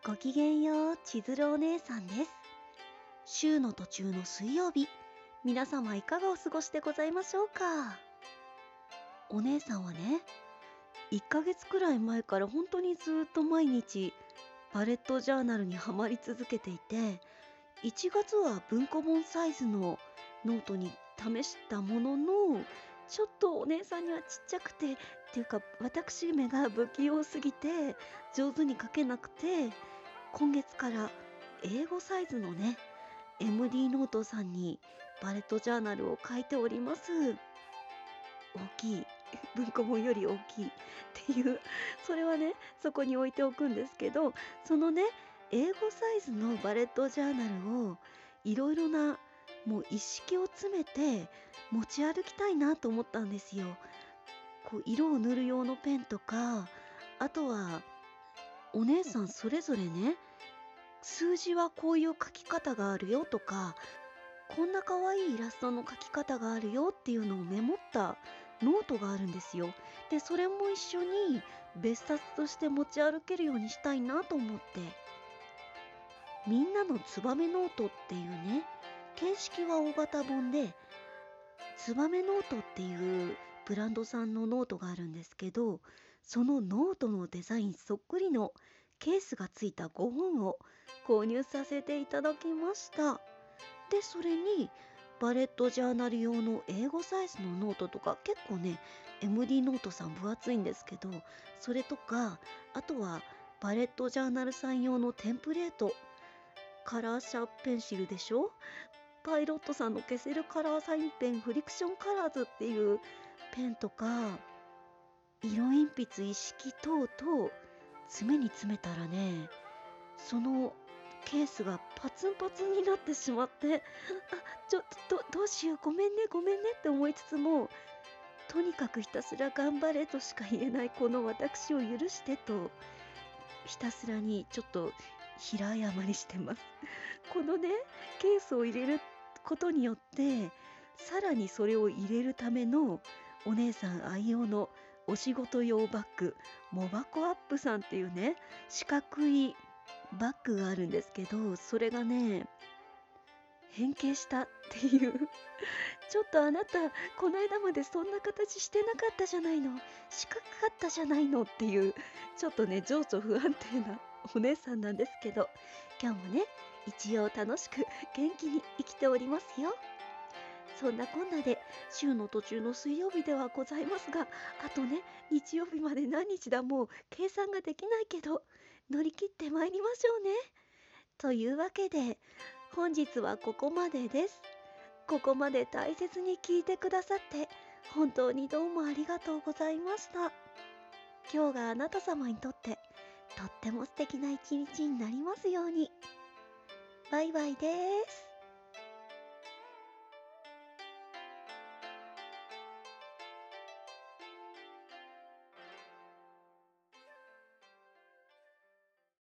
ごきげんよう、千鶴お姉さんです。週の途中の水曜日、皆様いかがお過ごしでございましょうか。お姉さんはね、1ヶ月くらい前から本当にずっと毎日、バレットジャーナルにはまり続けていて、1月は文庫本サイズのノートに試したものの、ちょっとお姉さんにはちっちゃくて、っていうか私めが不器用すぎて上手に書けなくて、今月から英語サイズのね、MD ノートさんにバレットジャーナルを書いております。大きい。文庫本より大きいっていう、それはね、そこに置いておくんですけど、そのね、英語サイズのバレットジャーナルをいろいろな、もう一式を詰めて持ち歩きたいなと思ったんですよ。こう色を塗る用のペンとか、あとはお姉さんそれぞれね、数字はこういう書き方があるよとか、こんな可愛いイラストの描き方があるよっていうのをメモったノートがあるんですよ。で、それも一緒に別冊として持ち歩けるようにしたいなと思って、みんなのツバメノートっていうね、形式は大型本で、ツバメノートっていうブランドさんのノートがあるんですけど、そのノートのデザインそっくりのケースがついた5本を購入させていただきました。で、それにバレットジャーナル用の英語サイズのノートとか、結構ね、MD ノートさん分厚いんですけど、それとか、あとはバレットジャーナルさん用のテンプレート、カラーシャープペンシルでしょ、パイロットさんの消せるカラーサインペンフリクションカラーズっていうペンとか、色鉛筆一式等々詰めに詰めたらね、そのケースがパツンパツンになってしまって、ちょっとどうしよう、ごめんねごめんねって思いつつも、とにかくひたすら頑張れとしか言えないこの私を許してと、ひたすらにちょっと平謝りしてます。このね、ケースを入れることによって、さらにそれを入れるためのお姉さん愛用のお仕事用バッグ、モバコアップさんっていうね、四角いバッグがあるんですけど、それがね、変形したっていう。ちょっとあなた、この間までそんな形してなかったじゃないの。四角かったじゃないのっていう、ちょっとね、情緒不安定なお姉さんなんですけど、今日もね、一応楽しく元気に生きておりますよ。そんなこんなで、週の途中の水曜日ではございますが、あとね、日曜日まで何日だ、もう計算ができないけど、乗り切ってまいりましょうね。というわけで、本日はここまでです。ここまで大切に聞いてくださって、本当にどうもありがとうございました。今日があなた様にとって、とっても素敵な一日になりますように。バイバイです。